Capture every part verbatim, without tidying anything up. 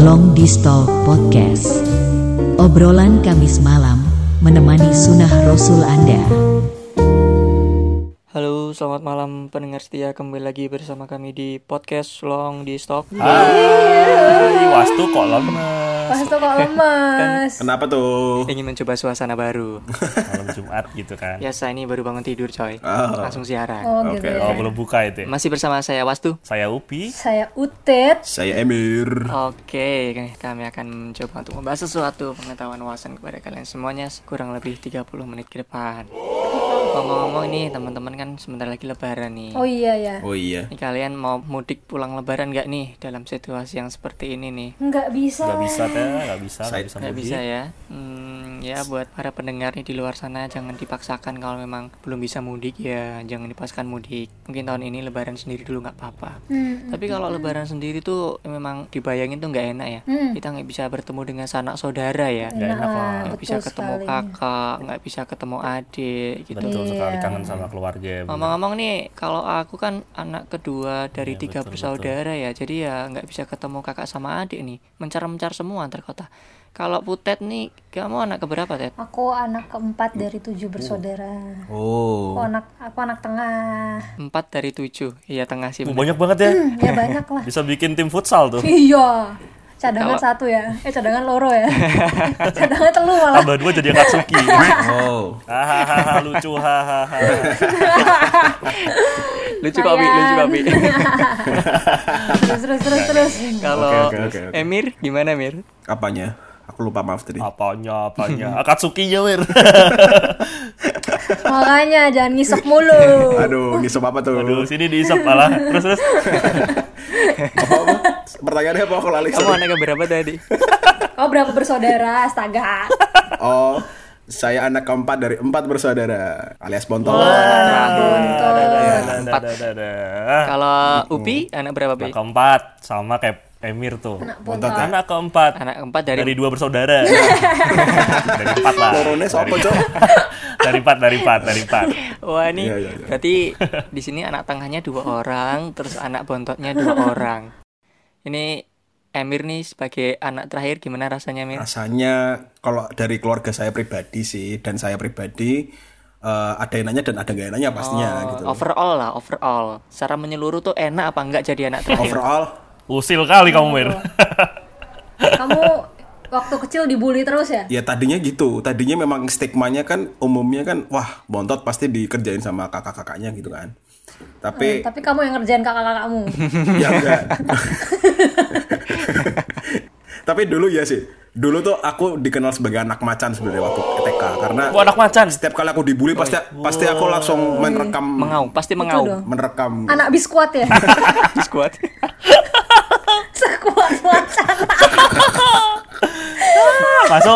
Long Distal Podcast. Obrolan Kamis malam menemani sunnah Rasul Anda. Halo, selamat malam pendengar setia, kembali lagi bersama kami di podcast Long Distal. Hai, Wastu kok lemes? Wastu kok lemes? Kenapa tuh? Ingin mencoba suasana baru. Malam Jumat gitu kan? Biasa ini baru bangun tidur coy, Oh. langsung siaran. Oh Oke, gitu ya. oh belum buka itu ya? Masih bersama saya Wastu. Saya Upi. Saya Utet. Saya Emir. Oke, kami akan mencoba untuk membahas sesuatu pengetahuan wawasan kepada kalian semuanya kurang lebih tiga puluh menit ke depan. Ngomong-ngomong nih teman-teman, kan sebentar lagi lebaran nih. Oh iya ya. Oh iya. Ini kalian mau mudik pulang lebaran nggak nih dalam situasi yang seperti ini nih? Nggak bisa. Gak bisa teh, gak bisa, Saya- gak bisa Nggak mudik. bisa ya. Hmm, ya buat para pendengar nih di luar sana, jangan dipaksakan kalau memang belum bisa mudik ya, jangan dipaksakan mudik. Mungkin tahun ini lebaran sendiri dulu nggak apa-apa. Hmm. Tapi kalau lebaran sendiri tuh memang dibayangin tuh nggak enak ya. Hmm. Kita nggak bisa bertemu dengan sanak saudara ya. Nggak enak lah. Nggak bisa betul ketemu sekali. kakak, nggak bisa ketemu adik gitu. Betul sekali, Iya. kangen sama keluarga. bener. Ngomong-ngomong nih, kalau aku kan anak kedua dari Iya, tiga betul, bersaudara ya, jadi ya nggak bisa ketemu kakak sama adik nih, mencar-mencar semua antar kota. Kalau Putet nih, kamu anak keberapa Tet? Aku anak keempat dari tujuh bersaudara. Oh. Aku anak aku anak tengah. Empat dari tujuh, iya tengah sih. Uh, bener. banyak banget ya. Hmm, ya banyak lah. Bisa bikin tim futsal tuh. Iya. Cadangan Kalau- satu ya. Eh cadangan loro ya. Cadangan telu malah. Tambah dua jadi Akatsuki. Oh, Hahaha, lucu hahaha. Lucu kok, Bi, lucu kok, Bi. Terus terus terus terus. Kalau Oke, oke, oke, oke. Emir gimana, Mir? apanya? Aku lupa, maaf tadi. Apanya, apanya? Akatsuki-nya, Wir. Makanya jangan ngisep mulu. Aduh, ngisep apa tuh? Aduh, sini diisap malah. Terus terus. Apa-apa? Pertanyaannya apa? Aku lali. Kamu sorry. anak keberapa tadi? Oh berapa bersaudara? Astaga. Oh, saya anak keempat dari empat bersaudara, alias Bontol. Bontot. Empat. Dah, dah, dah. Kalau Upi anak berapa, Bi? Anak keempat sama kayak Emir tuh. Bontot ya? Anak keempat. Anak keempat dari, Dari dua bersaudara. Dari empat lah. Korone sopo, Dari- Cok? Dari empat, dari empat, dari empat. Wah ini Iya, iya, iya. berarti di sini anak tengahnya dua orang, terus anak bontotnya dua orang. Ini Emir nih sebagai anak terakhir gimana rasanya, Mir? Rasanya kalau dari keluarga saya pribadi sih, dan saya pribadi eh, ada enaknya dan ada gak enaknya pastinya gitu. Oh, overall lah, overall. Secara menyeluruh tuh enak apa enggak jadi anak terakhir? Overall, Usil kali kamu, Mir. Kamu waktu kecil dibully terus ya? ya tadinya gitu. Tadinya memang stigmanya kan umumnya kan, wah Bontot pasti dikerjain sama kakak-kakaknya gitu kan. Tapi Tapi kamu yang ngerjain kakak-kakakmu. ya enggak. Tapi dulu ya sih. Dulu tuh aku dikenal sebagai anak macan sebenarnya waktu T K karena Wah, anak macan. setiap kali aku dibully pasti pasti aku langsung merekam Mengaum, pasti dong. mengaum. merekam Anak biskuat ya? Squad. Sekuat macan. Masuk.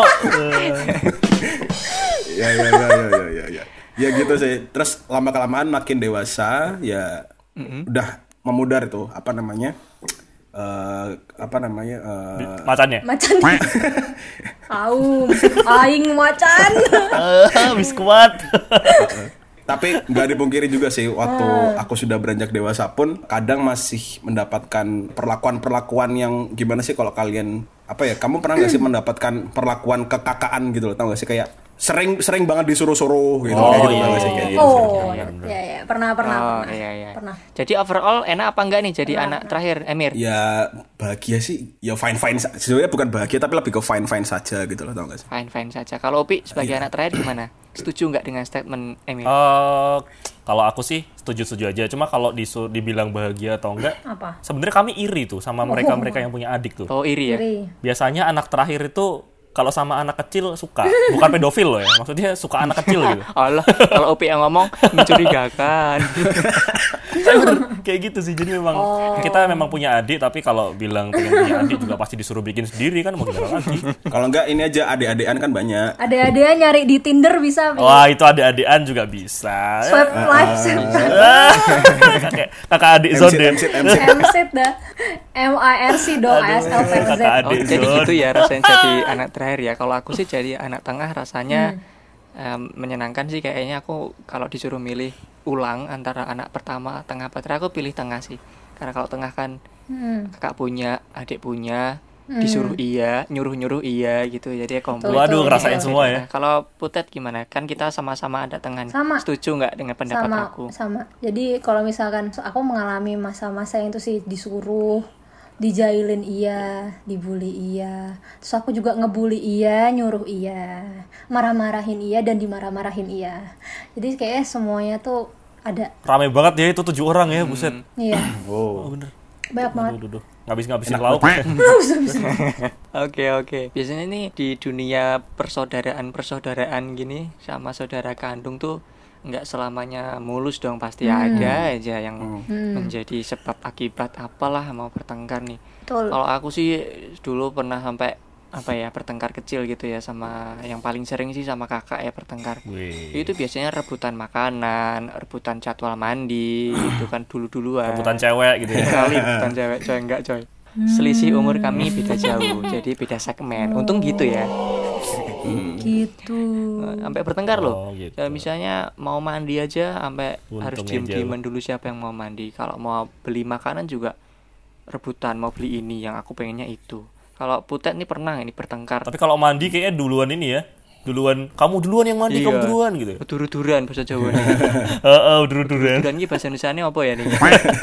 ya ya ya ya ya ya ya. Ya gitu sih. Terus lama kelamaan makin dewasa ya udah memudar tuh apa namanya? Eh apa namanya? eh, Macannya. Macan. Aum. Aing macan. Eh, biskuat. Tapi nggak dipungkiri juga sih waktu aku sudah beranjak dewasa pun kadang masih mendapatkan perlakuan-perlakuan yang gimana sih kalau kalian apa ya kamu pernah nggak sih mendapatkan perlakuan kekakaan gitu loh tau nggak sih kayak sering sering banget disuruh-suruh gitu Oh, kayak gitu iya, tau nggak sih iya, kayak iya. gitu. Oh, Bener, bener. ya ya pernah pernah Oh, pernah. iya iya. Pernah. Jadi overall enak apa enggak nih jadi anak terakhir, Emir? Ya bahagia sih ya fine fine sebenarnya bukan bahagia tapi lebih ke fine fine saja gitu loh tau nggak sih. Fine fine saja. Kalau Upi sebagai Iya. anak terakhir gimana? Setuju nggak dengan statement Emir? Eh, kalau aku sih setuju-setuju aja. Cuma kalau disu- dibilang bahagia atau enggak, Apa? sebenarnya kami iri tuh sama mereka-mereka yang punya adik tuh. Oh iri ya. Iri. Biasanya anak terakhir itu kalau sama anak kecil suka, bukan pedofil loh ya. Maksudnya suka anak kecil gitu. Allah, kalau Upi yang ngomong mencurigakan. Tapi bener, kayak gitu sih. Jadi memang kita memang punya adik, tapi kalau bilang pengen punya adik juga pasti disuruh bikin sendiri kan, mau gimana lagi. Kalau enggak ini aja adik-adikan kan banyak. Ada-ada nyari di Tinder bisa. Pi. Wah, itu adik-adikan juga bisa. Swipe live, swipe kakak, kakak adik M C, Zoden. M C, M C. M C dah. M I R C dong, A S L P Z. Kakak Oh, adik jadi Zon. gitu ya rasanya jadi anak terakhir ya. Kalau aku sih jadi anak tengah rasanya em, menyenangkan sih kayaknya. Aku kalau disuruh milih ulang antara anak pertama, tengah, apa terakhir, aku pilih tengah sih. Karena kalau tengah kan Hmm. kakak punya, adik punya, disuruh iya, nyuruh-nyuruh iya gitu. Jadi ya komplit. Waduh, ngerasain Iya. semua ya. Nah, kalau Putet gimana? Kan kita sama-sama ada tengah. Sama. Setuju nggak dengan pendapat sama aku? sama jadi kalau misalkan so- aku mengalami masa-masa yang itu sih disuruh dijailin iya, dibully iya, terus aku juga ngebully iya, nyuruh iya, marah-marahin iya dan dimarah-marahin iya. Jadi kayaknya semuanya tuh ada. Rame banget ya itu tujuh orang ya, buset. Iya, Oh. Oh, bener. banyak banget. Aduh, aduh, aduh. Ngabis-ngabisin lauk. Oke oke. Biasanya nih di dunia persaudaraan-persaudaraan gini sama saudara kandung tuh nggak selamanya mulus dong, pasti ada aja yang menjadi sebab akibat apalah mau bertengkar nih. Betul. Kalau aku sih dulu pernah sampai apa ya bertengkar kecil gitu ya sama yang paling sering sih sama kakak ya bertengkar. Wih. Itu biasanya rebutan makanan, rebutan jadwal mandi, itu kan dulu-duluan. Rebutan cewek gitu ya. Kali rebutan cewek, coy enggak coy. Selisih umur kami beda jauh, jadi beda segmen. Untung gitu ya. Gitu. Sampai bertengkar loh. Oh, gitu. Ya, misalnya mau mandi aja sampai Untung harus aja diem-dieman dulu siapa yang mau mandi. Kalau mau beli makanan juga rebutan mau beli ini yang aku pengennya itu. Kalau Putet nih pernah ini bertengkar. Tapi kalau mandi kayaknya duluan ini ya. Duluan, kamu duluan yang mandi, Iya. kamu duluan gitu. Udur-uduran bahasa Jawa nih. Heeh, udur-uduran. Dan ini bahasa Indonesia apa ya nih?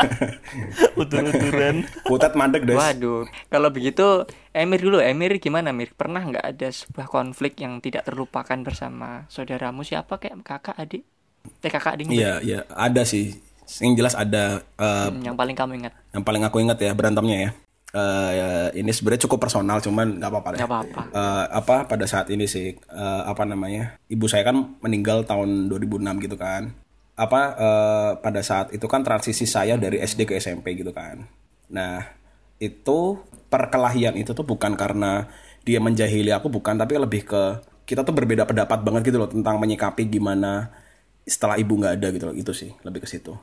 Udur-uduran. Putet mandek des. Waduh, kalau begitu Emir dulu. Emir gimana, Mir? Pernah nggak ada sebuah konflik yang tidak terlupakan bersama saudaramu siapa kayak kakak, adik? Eh kakak adik. Iya, iya, ada sih. Yang jelas ada eh, Hmm, yang paling kamu ingat? yang paling aku ingat ya berantemnya ya. Eh, ya, ini sebenarnya cukup personal, cuman nggak apa-apa deh. Nggak apa-apa. Eh, apa pada saat ini sih eh, apa namanya, ibu saya kan meninggal tahun dua ribu enam gitu kan. Apa eh, pada saat itu kan transisi saya dari S D ke S M P gitu kan. Nah itu perkelahian itu tuh bukan karena dia menjahili aku, bukan, tapi lebih ke kita tuh berbeda pendapat banget gitu loh tentang menyikapi gimana setelah ibu nggak ada gitu loh. Itu sih lebih ke situ.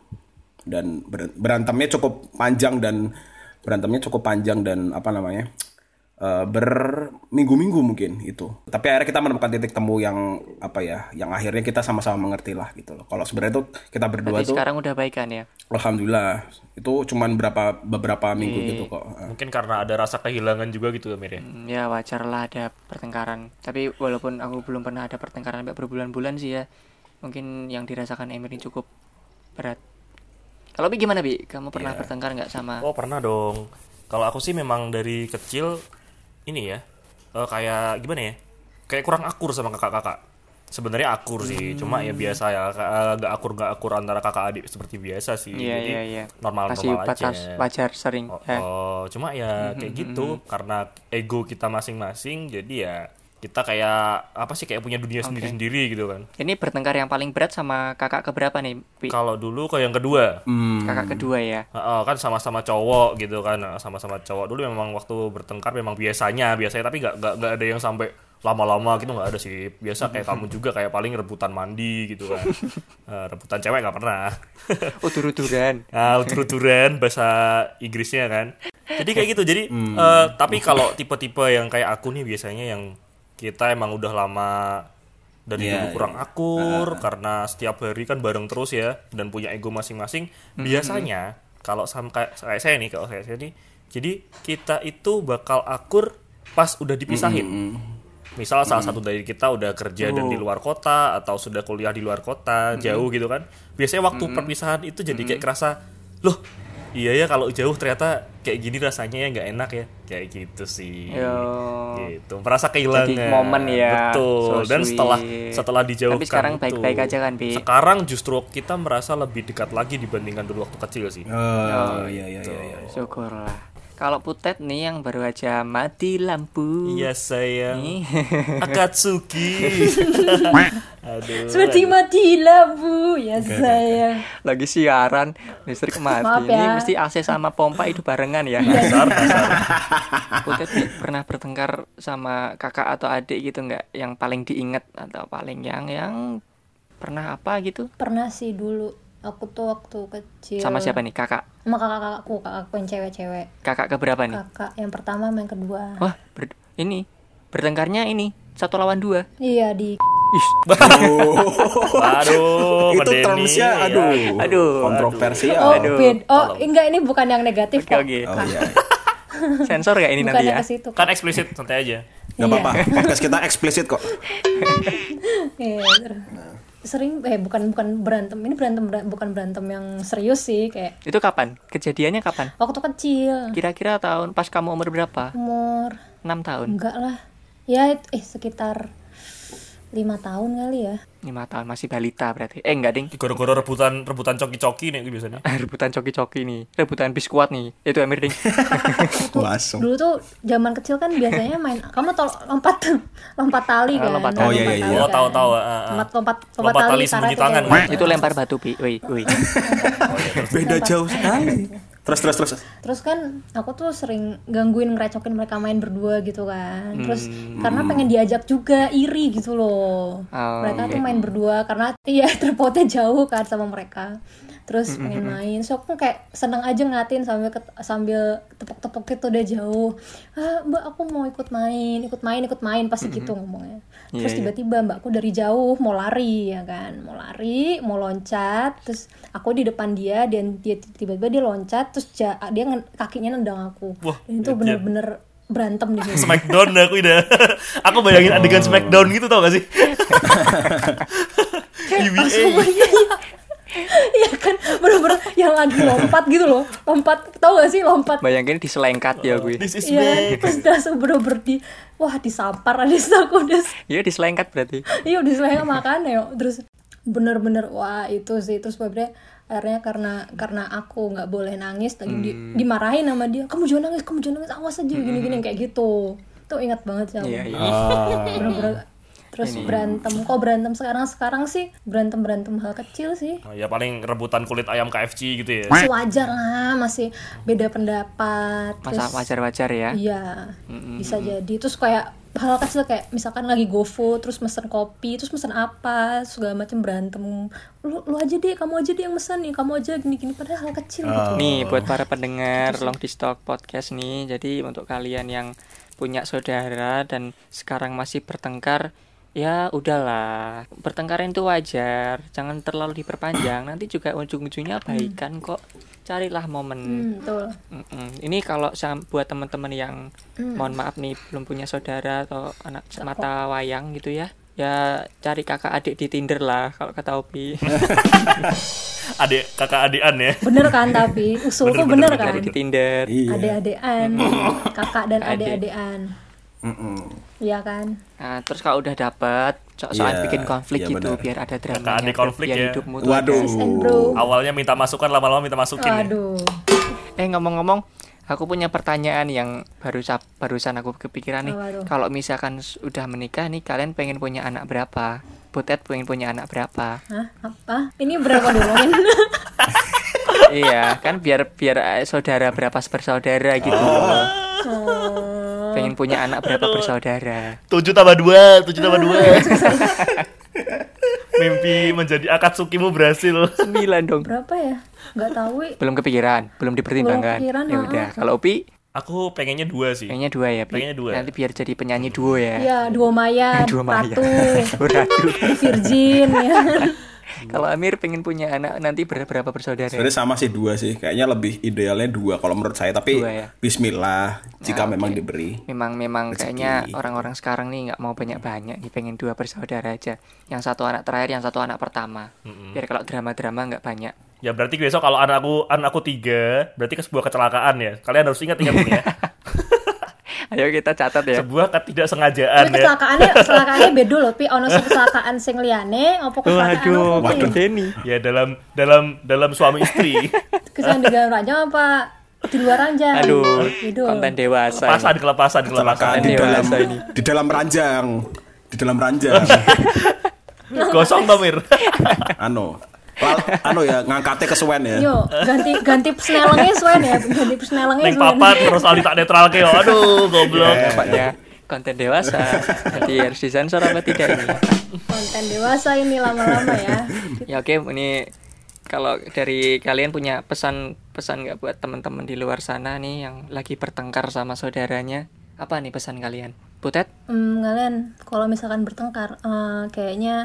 Dan ber- berantemnya cukup panjang dan berantemnya cukup panjang dan apa namanya uh, berminggu-minggu mungkin itu. Tapi akhirnya kita menemukan titik temu yang apa ya, yang akhirnya kita sama-sama mengerti lah gitu loh. Kalau sebenarnya tuh kita berdua Berarti tuh sekarang udah baikan ya? alhamdulillah itu cuman berapa beberapa minggu gitu kok. Mungkin karena ada rasa kehilangan juga gitu Mir ya. Hmm, ya wajar lah ada pertengkaran. Tapi walaupun aku belum pernah ada pertengkaran sampai berbulan-bulan sih ya, mungkin yang dirasakan Emir ini cukup berat. Kalau Bi gimana Bi? Kamu pernah Iya. bertengkar nggak sama? Oh pernah dong. Kalau aku sih memang dari kecil ini ya, eh, kayak gimana ya? Kayak kurang akur sama kakak-kakak. Sebenarnya akur sih, cuma ya biasa ya, ka- nggak akur nggak akur antara kakak adik seperti biasa sih. Iya Jadi iya iya. normal-normal Masih aja. batas wajar sering. Oh, ya. oh, cuma ya kayak gitu karena ego kita masing-masing, jadi ya kita kayak apa sih kayak punya dunia sendiri-sendiri gitu kan. Ini bertengkar yang paling berat sama kakak keberapa nih, Bi? Kalau dulu ke yang kedua, Hmm. Kakak kedua ya. Heeh, kan sama-sama cowok gitu kan, Nah, sama-sama cowok dulu memang waktu bertengkar memang biasanya biasanya tapi nggak nggak nggak ada yang sampai lama-lama gitu, nggak ada sih. Biasa kayak kamu juga kayak paling rebutan mandi gitu kan. Eh, rebutan cewek nggak pernah. Udur-uduran. Nah, utur-uturan bahasa Inggrisnya kan. Jadi kayak gitu. Jadi eh, tapi kalau tipe-tipe yang kayak aku nih biasanya yang kita emang udah lama dari Iya, dulu kurang iya. akur karena setiap hari kan bareng terus ya dan punya ego masing-masing. Biasanya kalau sama kayak kayak saya nih, kalau saya, saya nih, jadi kita itu bakal akur pas udah dipisahin. Misal salah satu dari kita udah kerja dan di luar kota atau sudah kuliah di luar kota jauh gitu kan. Biasanya waktu perpisahan itu jadi kayak kerasa, loh iya ya kalau jauh ternyata kayak gini rasanya ya nggak enak ya, kayak gitu sih. Yo. Gitu, merasa kehilangan. Jadi momen ya. Betul. So Dan setelah sweet. setelah dijauhkan Tapi sekarang itu, baik-baik aja kan, Bi? Sekarang justru kita merasa lebih dekat lagi dibandingkan dulu waktu kecil sih. Oh, iya iya iya iya. Syukurlah. Kalau Putet nih yang baru aja mati lampu. Iya sayang. Nih. Akatsuki. Aduh. Seperti mati lampu ya sayang. Lagi siaran listrik mati. Maaf Ini ya. mesti A C sama pompa itu barengan ya. Dasar, dasar. Putet nih pernah bertengkar sama kakak atau adik gitu nggak? Yang paling diingat atau paling yang yang pernah apa gitu? Pernah sih dulu. Aku tuh waktu kecil. Sama siapa nih? Kakak. Sama kakak-kakakku, kakakku yang cewek-cewek. Kakak keberapa nih? Kakak yang pertama sama yang kedua. Wah, ber- ini bertengkarnya ini satu lawan dua. Iya di Aduh, Itu Pak Denny, termsnya ya. aduh, Aduh. kontroversial. Oh, Aduh, bed. Oh, tolong. enggak, ini bukan yang negatif Oke kok. oke. Oh iya. Sensor gak ini nanti Bukannya ya? ke situ. Kan eksplisit, santai aja. Gak apa-apa, podcast kita eksplisit kok. Iya, terus sering eh bukan bukan berantem ini berantem ber- bukan berantem yang serius sih, kayak Itu kapan? Kejadiannya kapan? waktu kecil, Kira-kira tahun pas kamu umur berapa? umur enam tahun? enggak lah ya, it- eh sekitar lima tahun kali ya. lima tahun, masih balita berarti. Eh enggak, Ding. Goro-goro rebutan rebutan coki-coki nih biasanya. Rebutan coki-coki nih. Rebutan biskuat nih. Itu Amir, Ding. Langsung. Dulu tuh zaman kecil kan biasanya main, kamu tau lompat lompat tali Ah, kan? lompat tali. Oh, iya, iya, tali iya. Oh, kan? tahu-tahu, ah, ah. Lompat lompat lompat, Lompat tali tali sembunyi karate tangan. kayak- Itu lempar batu, Pi. Woi, woi. Beda jauh sekali. Terus terus terus. Terus kan aku tuh sering gangguin, ngerecokin mereka main berdua gitu kan. Terus karena pengen diajak juga, iri gitu loh. Oh, Mereka iya. tuh main berdua karena iya tripodnya jauh kan sama mereka. Terus pengen main. So aku kayak seneng aja ngatin sambil ket- sambil tepuk-tepuk gitu udah jauh. Ah, Mbak, aku mau ikut main, ikut main, ikut main pasti gitu ngomongnya. Terus Iya, iya. tiba-tiba mbakku dari jauh mau lari ya kan, mau lari, mau loncat, terus aku di depan dia dan dia tiba-tiba dia loncat, terus ja- dia nge- kakinya nendang aku. Wah, Dan itu lihat. bener-bener berantem di sini. Smackdown aku udah. Aku bayangin adegan Smackdown gitu tau gak sih? E B A. Iya kan, bener-bener yang lagi lompat gitu loh, lompat, tau gak sih lompat? Bayangin diselengkat ya gue. This is Iya, back. terus langsung bener-bener di, wah disampar aja aku udah. Iya, diselengkat berarti. Iya udah selesai makan ya, terus bener-bener wah itu sih, terus sebenarnya akhirnya karena karena aku nggak boleh nangis tadi di, dimarahin sama dia, kamu jangan nangis, kamu jangan nangis, awas aja gini-gini kayak gitu. Tuh ingat banget sih aku. Iya, iya. Bener-bener terus berantem, kok berantem sekarang sekarang sih berantem berantem hal kecil sih. Oh, ya paling rebutan kulit ayam K F C gitu ya. Masih wajar lah, masih beda pendapat. Masa Terus- wajar-wajar ya. Iya, bisa jadi. Terus kayak hal kecil kayak misalkan lagi GoFood, terus mesen kopi, terus mesen apa, segala macam berantem. Lu, lu aja deh, kamu aja deh yang mesen nih, kamu aja gini-gini. Padahal hal kecil gitu. Nih buat para pendengar Long Distalk Podcast nih. Jadi untuk kalian yang punya saudara dan sekarang masih bertengkar, ya udahlah, pertengkaran itu wajar, jangan terlalu diperpanjang, nanti juga ujung-ujungnya baikan kok. Carilah momen. Hmm, betul. Mm-mm. Ini kalau sam- buat teman-teman yang mohon maaf nih belum punya saudara atau anak mata wayang gitu ya, ya cari kakak adik di Tinder lah kalau kata Opi. Adik kakak adikan ya. Bener kan tapi usulku bener, kan. Cari di Tinder. Iya. Adik-adikan, kakak dan Adik. adik-adikan. Mm-mm. Iya kan? Nah, terus kalau udah dapet soal Iya, bikin konflik iya gitu benar. biar ada Kakak dramanya, adik konflik biar ya. hidupmu tuh Waduh. Sis and bro. Awalnya minta masukan, lama-lama minta masukin ya. Aduh. ada. Eh ngomong-ngomong, aku punya pertanyaan yang baru barusan aku kepikiran nih. Apa tuh? Kalau misalkan udah menikah nih, kalian pengen punya anak berapa? Butet pengen punya anak berapa? Hah? Apa? Ini berapa dulu? Iya, kan biar biar eh, saudara berapa bersaudara gitu. Oh. Pengen punya anak berapa bersaudara? Tujuh tambah dua, tujuh tambah dua. Mimpi menjadi Akatsukimu berhasil. Sembilan dong. Berapa ya? Nggak tahu. Wi. Belum kepikiran, belum dipertimbangkan. Belum kepikiran, Ya ah. udah, kalau Upi Aku pengennya dua sih. pengennya dua ya, Pi. Pengennya dua. Nanti biar jadi penyanyi duo ya. Iya, Duo Maya, Duo Maya. Ratu, Ratu. di Virgin ya. Kalau Amir pengen punya anak nanti ber- berapa bersaudara? Sebenarnya sama sih dua sih. Kayaknya lebih idealnya dua kalau menurut saya. Tapi Dua ya? Bismillah jika Nah, memang oke. diberi. Memang memang Rezeki. kayaknya orang-orang sekarang nih nggak mau banyak-banyak nih, pengen dua bersaudara aja. Yang satu anak terakhir, yang satu anak pertama. Biar kalau drama-drama nggak banyak. Ya berarti besok kalau anakku anakku tiga, berarti ke sebuah kecelakaan ya. Kalian harus ingat ingat ini ya. Ayo kita catat ya. Sebuah ketidaksengajaan Tapi ya. kecelakaannya, kecelakaannya beda loh, Pi. Ono sing kecelakaan sing liyane, opo kecelakaan Waduh, opo Pi? waduh Denny. Ya dalam dalam dalam suami istri. Kecelakaan di dalam ranjang apa di luar ranjang? Aduh, Beda. konten dewasa. Kelepasan, ini. kelepasan, Kecelakaan kelepasan. di dalam Dewasa ini. di dalam ranjang. Di dalam ranjang. Gosong toh, Mir. Anu. Lal, anu ya ngangkatnya kesuwen ya. Yo, ganti ganti pesnelengnya suwen ya, ganti pesnelengnya Neng suwen. papat terus Ali tak netral ke. Aduh, goblok. Nampaknya konten dewasa. Jadi harus disensor apa tidak ini? Konten dewasa ini lama-lama ya. Ya oke, ini kalau dari kalian punya pesan-pesan nggak buat teman-teman di luar sana nih yang lagi bertengkar sama saudaranya? Apa nih pesan kalian? Butet? Hmm, kalian kalau misalkan bertengkar, eh, kayaknya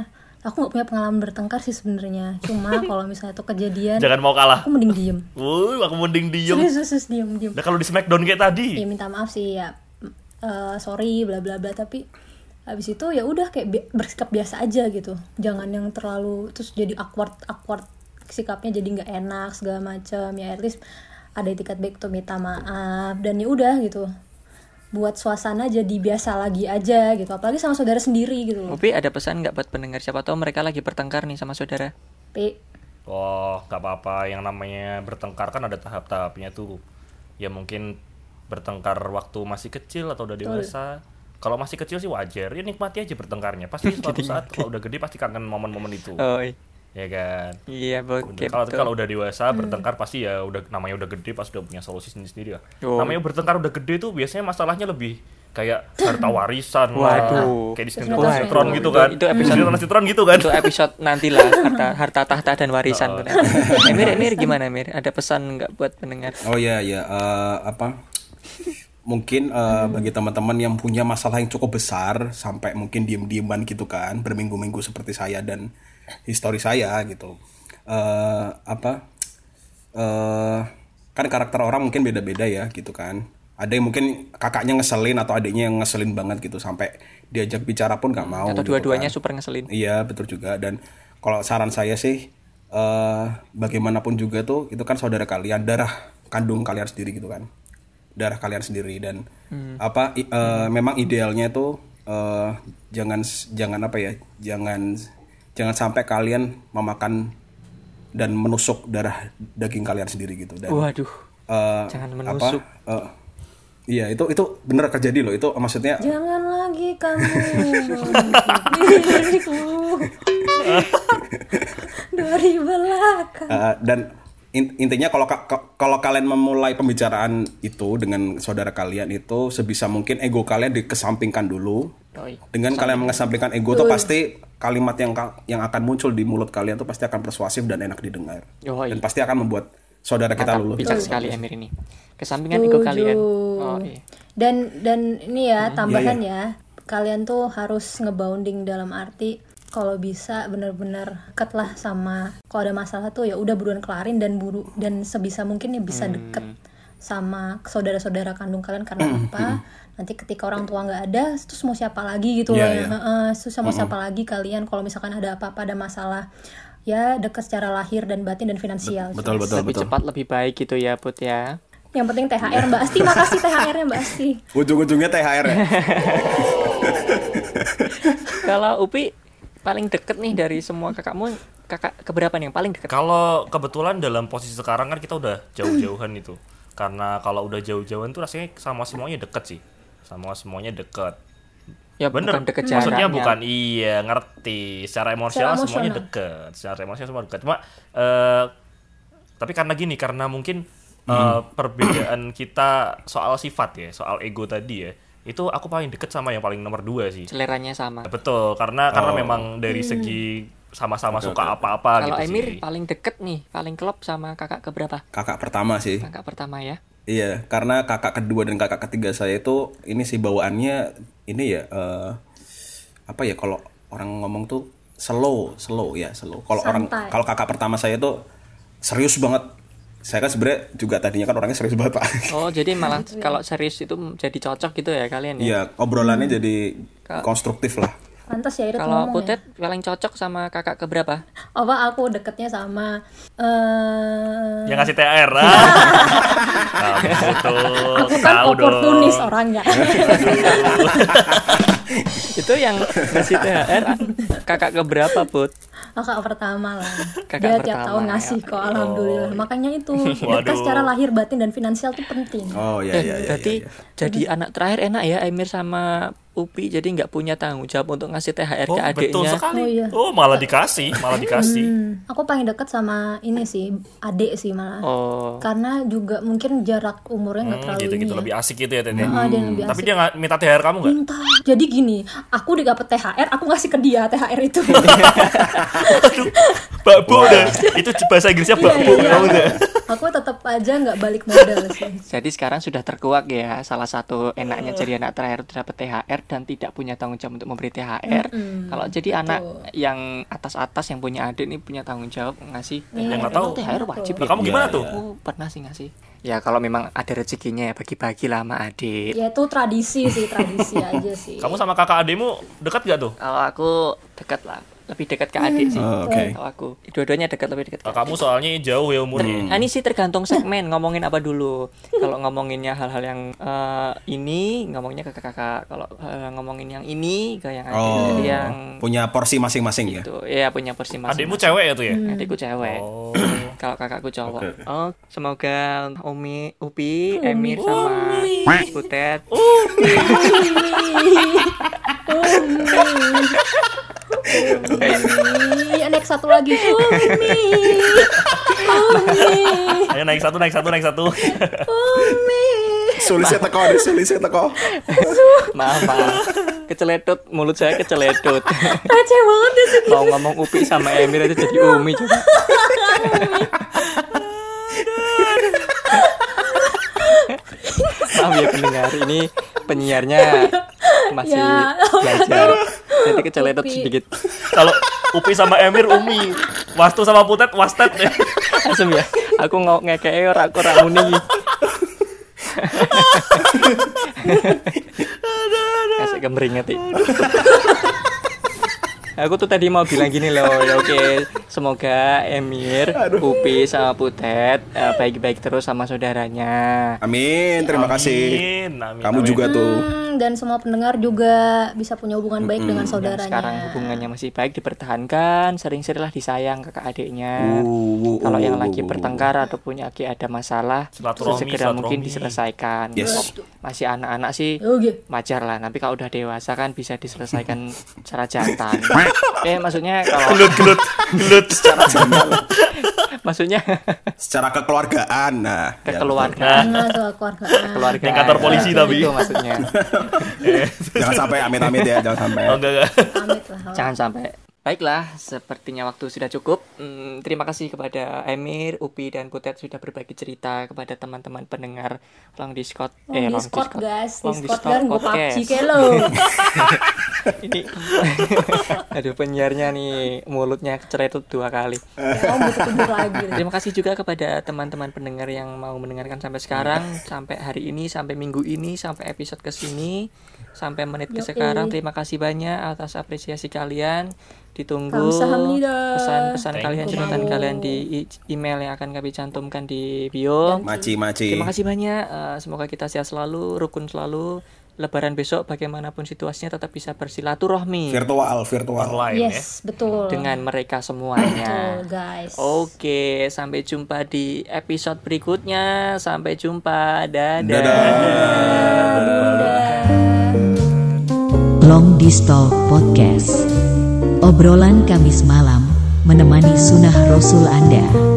Aku nggak punya pengalaman bertengkar sih sebenarnya. Cuma kalau misalnya itu kejadian, Jangan mau kalah. aku mending diem. Wuh, aku mending diem. Serius, serius diem, diem. Nah kalau di Smackdown kayak tadi. Ya minta maaf sih ya, eh, sorry bla bla bla, tapi habis itu ya udah kayak bi- bersikap biasa aja gitu. Jangan yang terlalu terus jadi awkward awkward sikapnya, jadi nggak enak segala macam. Ya at least ada etikat baik tuh minta maaf dan ya udah gitu. Buat suasana jadi biasa lagi aja gitu, apalagi sama saudara sendiri gitu loh. Upi ada pesan nggak buat pendengar, siapa tahu mereka lagi bertengkar nih sama saudara? Pi, Oh, gak apa-apa. Yang namanya bertengkar kan ada tahap-tahapnya tuh. Ya mungkin bertengkar waktu masih kecil atau udah dewasa. Kalau masih kecil sih wajar. Ya nikmati aja bertengkarnya. Pasti suatu saat kalau udah gede pasti kangen momen-momen itu. Oh iya. Ya kan. Iya, Udah, kalau kalau udah dewasa bertengkar pasti ya udah namanya udah gede, pasti udah punya solusi sendiri-sendiri ya. Oh. Namanya bertengkar udah gede tuh biasanya masalahnya lebih kayak harta warisan lah. Waduh. Kayak di Waduh. sinetron gitu Itu- kan. itu episode- Di sinetron gitu kan. Itu episode nantilah, harta harta tahta dan warisan. Oh. benar. Emir, Emir gimana Emir? Ada pesan nggak buat pendengar? Oh ya ya eh, apa? Mungkin eh, bagi teman-teman yang punya masalah yang cukup besar sampai mungkin diem-dieman gitu kan, berminggu-minggu seperti saya dan histori saya gitu. Eh, apa? Eh, kan karakter orang mungkin beda-beda ya gitu kan. Ada yang mungkin kakaknya ngeselin atau adiknya yang ngeselin banget gitu sampai diajak bicara pun nggak mau. Atau gitu dua-duanya kan. super ngeselin? Iya betul juga. Dan kalau saran saya sih eh bagaimanapun juga tuh itu kan saudara kalian, darah kandung kalian sendiri gitu kan, darah kalian sendiri. Dan Hmm. apa i- eh, memang idealnya tuh eh, jangan jangan apa ya jangan jangan sampai kalian memakan dan menusuk darah daging kalian sendiri gitu. Dan Waduh. eh, Jangan apa, menusuk. eh, iya itu itu bener terjadi loh, itu maksudnya. jangan lagi kamu diriku dari belakang. Uh, dan in- intinya kalau ka- ka- kalau kalian memulai pembicaraan itu dengan saudara kalian itu sebisa mungkin ego kalian dikesampingkan dulu. Oi. Dengan kalian mengesampingkan ego tuh pasti kalimat yang ka- yang akan muncul di mulut kalian tuh pasti akan persuasif dan enak didengar. Yoi. Dan pasti akan membuat saudara kita Mantap, luluh. bijak sekali Emir ini. Kesampingan ego Setuju. kalian. Oh iya. Dan dan ini ya tambahan iya, ya, kalian tuh harus ngebounding dalam arti kalau bisa benar-benar deket lah sama, kalau ada masalah tuh ya udah buruan kelarin dan buru dan sebisa mungkin ya bisa deket sama saudara-saudara kandung kalian. Karena apa? Nanti ketika orang tua nggak ada, terus mau siapa lagi gitu Iya, loh. iya. Heeh, terus mau siapa lagi kalian kalau misalkan ada apa-apa, ada masalah ya deket secara lahir dan batin dan finansial. Betul betul Lebih betul. cepat lebih baik gitu ya Put ya. Yang penting T H R Mbak Asti, makasih T H R-nya Mbak Asti. Ujung-ujungnya T H R ya. Kalau Upi paling deket nih dari semua kakakmu, kakak keberapa nih yang paling deket? Kalau kebetulan dalam posisi sekarang kan kita udah jauh-jauhan itu. Karena kalau udah jauh-jauhan tuh rasanya sama semuanya deket sih. Sama semuanya deket. Ya Bener, bukan deket maksudnya jaraknya. bukan iya ngerti. Secara emosional Secara semuanya emosional. deket. Secara emosional semua deket. Cuma eh, tapi karena gini, karena mungkin eh, perbedaan kita soal sifat ya, soal ego tadi ya. Itu aku paling deket sama yang paling nomor dua sih. Seleranya sama. Betul, karena karena Oh. memang dari segi sama-sama Oke, suka oke. apa-apa Kalau gitu Emir sih. paling deket nih, paling klop sama kakak keberapa? Kakak pertama sih. Kakak pertama ya. Iya, karena kakak kedua dan kakak ketiga saya itu ini sih bawaannya ini ya eh, apa ya kalau orang ngomong tuh slow, slow ya, slow. Kalau orang Santai. kalau kakak pertama saya tuh serius banget. Saya kan sebenarnya juga tadinya kan orangnya serius banget, Pak. Oh, jadi malah kalau serius itu jadi cocok gitu ya kalian ya. Iya, obrolannya jadi konstruktif lah. Pantas ya Irit Kalau ngomong ya. Putet paling cocok sama kakak keberapa? Apa aku deketnya sama eh Yang ngasih T H R. Ah. Kamu tuh aku kan tahu oportunis dong. orangnya. Itu yang ngasih T H R kakak keberapa, Put? Kakak pertama lah. Kakak Dia tiap pertama tahun ya. ngasih kok, alhamdulillah. Makanya itu Waduh. dekat secara lahir batin dan finansial tuh penting. Oh iya Eh, iya iya. berarti iya. jadi anak terakhir enak ya Emir sama Upi, jadi nggak punya tanggung jawab untuk ngasih T H R Oh, ke betul adiknya. sekali. Oh, iya. Oh, malah dikasih, malah dikasih. Hmm, aku paling dekat sama ini sih, adik sih malah. Oh, Karena juga mungkin jarak umurnya nggak Hmm, terlalu gitu ini gitu ya. lebih asik gitu ya Tete. Ah, dia yang lebih Tapi asik. dia nggak minta T H R kamu nggak? Minta. Jadi gini, aku dapet T H R, aku ngasih ke dia T H R itu. Aduh, bakbo udah. Itu bahasa Inggrisnya bakbo Iya, iya. kamu udah. Aku tetap aja nggak balik modal sih. Jadi sekarang sudah terkuak ya, salah satu enaknya jadi anak terakhir itu dapat T H R dan tidak punya tanggung jawab untuk memberi T H R. Mm-mm, Kalau jadi anak betul. yang atas-atas yang punya adik nih punya tanggung jawab ngasih Iya, nggak tahu. T H R wajib Nah, ya. kamu gimana Iya, tuh? Aku pernah sih ngasih. Ya kalau memang ada rezekinya ya bagi-bagi lah sama adik. Ya itu tradisi sih, tradisi aja sih. Kamu sama kakak adikmu dekat gak tuh? Kalau aku dekat lah, lebih dekat ke adik sih. Oh, oke. Kalau aku, dua-duanya dekat, lebih dekat. ke Nah, kamu soalnya jauh ya umurnya. Nah, ini sih tergantung segmen, ngomongin apa dulu. Kalau ngomonginnya hal-hal yang eh, ini, ngomongnya ke kakak. Kalau eh, ngomongin yang ini, ke yang adik. Oh, Jadi yang punya porsi masing-masing ya. itu, ya punya porsi masing-masing. Adikmu cewek ya tuh ya? Adikku cewek. Oh. Kalau kakakku cowok. Oke, oke. Oh, semoga Umi, Upi, Emir sama Butet. Umi, next satu lagi. Umi, Umi, Ayo naik satu, naik satu, naik satu. Umi. Sulisnya teko, ada sulisnya teko. Maaf, maaf. Keceletut, mulut saya keceletut. Receh banget ya sih. Mau ngomong Upi sama Emir aja jadi Umi coba. Maaf ya pendengar, ini penyiarnya masih Ya. belajar. Jadi keceletut Upi. sedikit. Kalau Upi sama Emir Umi, Wastu sama Putet Wastet ya. Asem ya. Aku ngok ngekeke ora aku ora muni. Kasih gemeringet iki. Aku tuh tadi mau bilang gini loh, ya oke, semoga Emir, Upi sama Putet eh, baik-baik terus sama saudaranya. Amin, terima kasih. Amin, amin, Kamu amin. juga tuh. Hmm, dan semua pendengar juga bisa punya hubungan baik dengan Dan saudaranya. sekarang hubungannya masih baik, dipertahankan, sering-seringlah disayang kakak adiknya. Uh, uh, Kalau yang uh, lagi uh, bertengkar ataupun lagi ada masalah, Silaturahmi, segera mungkin silaturahmi. diselesaikan. Yes. Kalau masih anak-anak sih Oke. wajar lah, tapi kalau udah dewasa kan bisa diselesaikan secara jantan. Eh maksudnya kalau Gelut, gelut, gelut. secara jantan, maksudnya Secara kekeluargaan, nah. ya, kekeluargaan, Nah, soal keluargaan. keluarga. Yang kantor polisi tapi. Itu maksudnya. betul. Jangan sampai amit-amit ya, jangan sampai. Oh, enggak, enggak. Amit lah. Jangan sampai. Baiklah, sepertinya waktu sudah cukup. Hmm, terima kasih kepada Emir, Upi, dan Putet sudah berbagi cerita kepada teman-teman pendengar Long Discord. Eh, Discord guys, Long Discord Discord kan gue P U B G podcast. kayak lo. Ini, aduh penyiarnya nih mulutnya keceretut dua kali. Ya, kamu butuh tidur lagi. Terima kasih juga kepada teman-teman pendengar yang mau mendengarkan sampai sekarang, sampai hari ini, sampai minggu ini, sampai episode kesini, sampai menit ke Yoi. sekarang. Terima kasih banyak atas apresiasi kalian. Ditunggu Kamsahamnida. pesan-pesan Thank kalian, you. curhatan kalian di i- email yang akan kami cantumkan di bio. Maci-maci. Terima kasih banyak. eh, semoga kita sehat selalu, rukun selalu. Lebaran besok bagaimanapun situasinya tetap bisa bersilaturahmi Virtual, virtual. Online ya. Yes, betul. dengan mereka semuanya. Betul, guys. Oke, sampai jumpa di episode berikutnya. Sampai jumpa. Dadah. Dadah. Long Distal Podcast. Obrolan Kamis malam menemani sunnah Rasul Anda.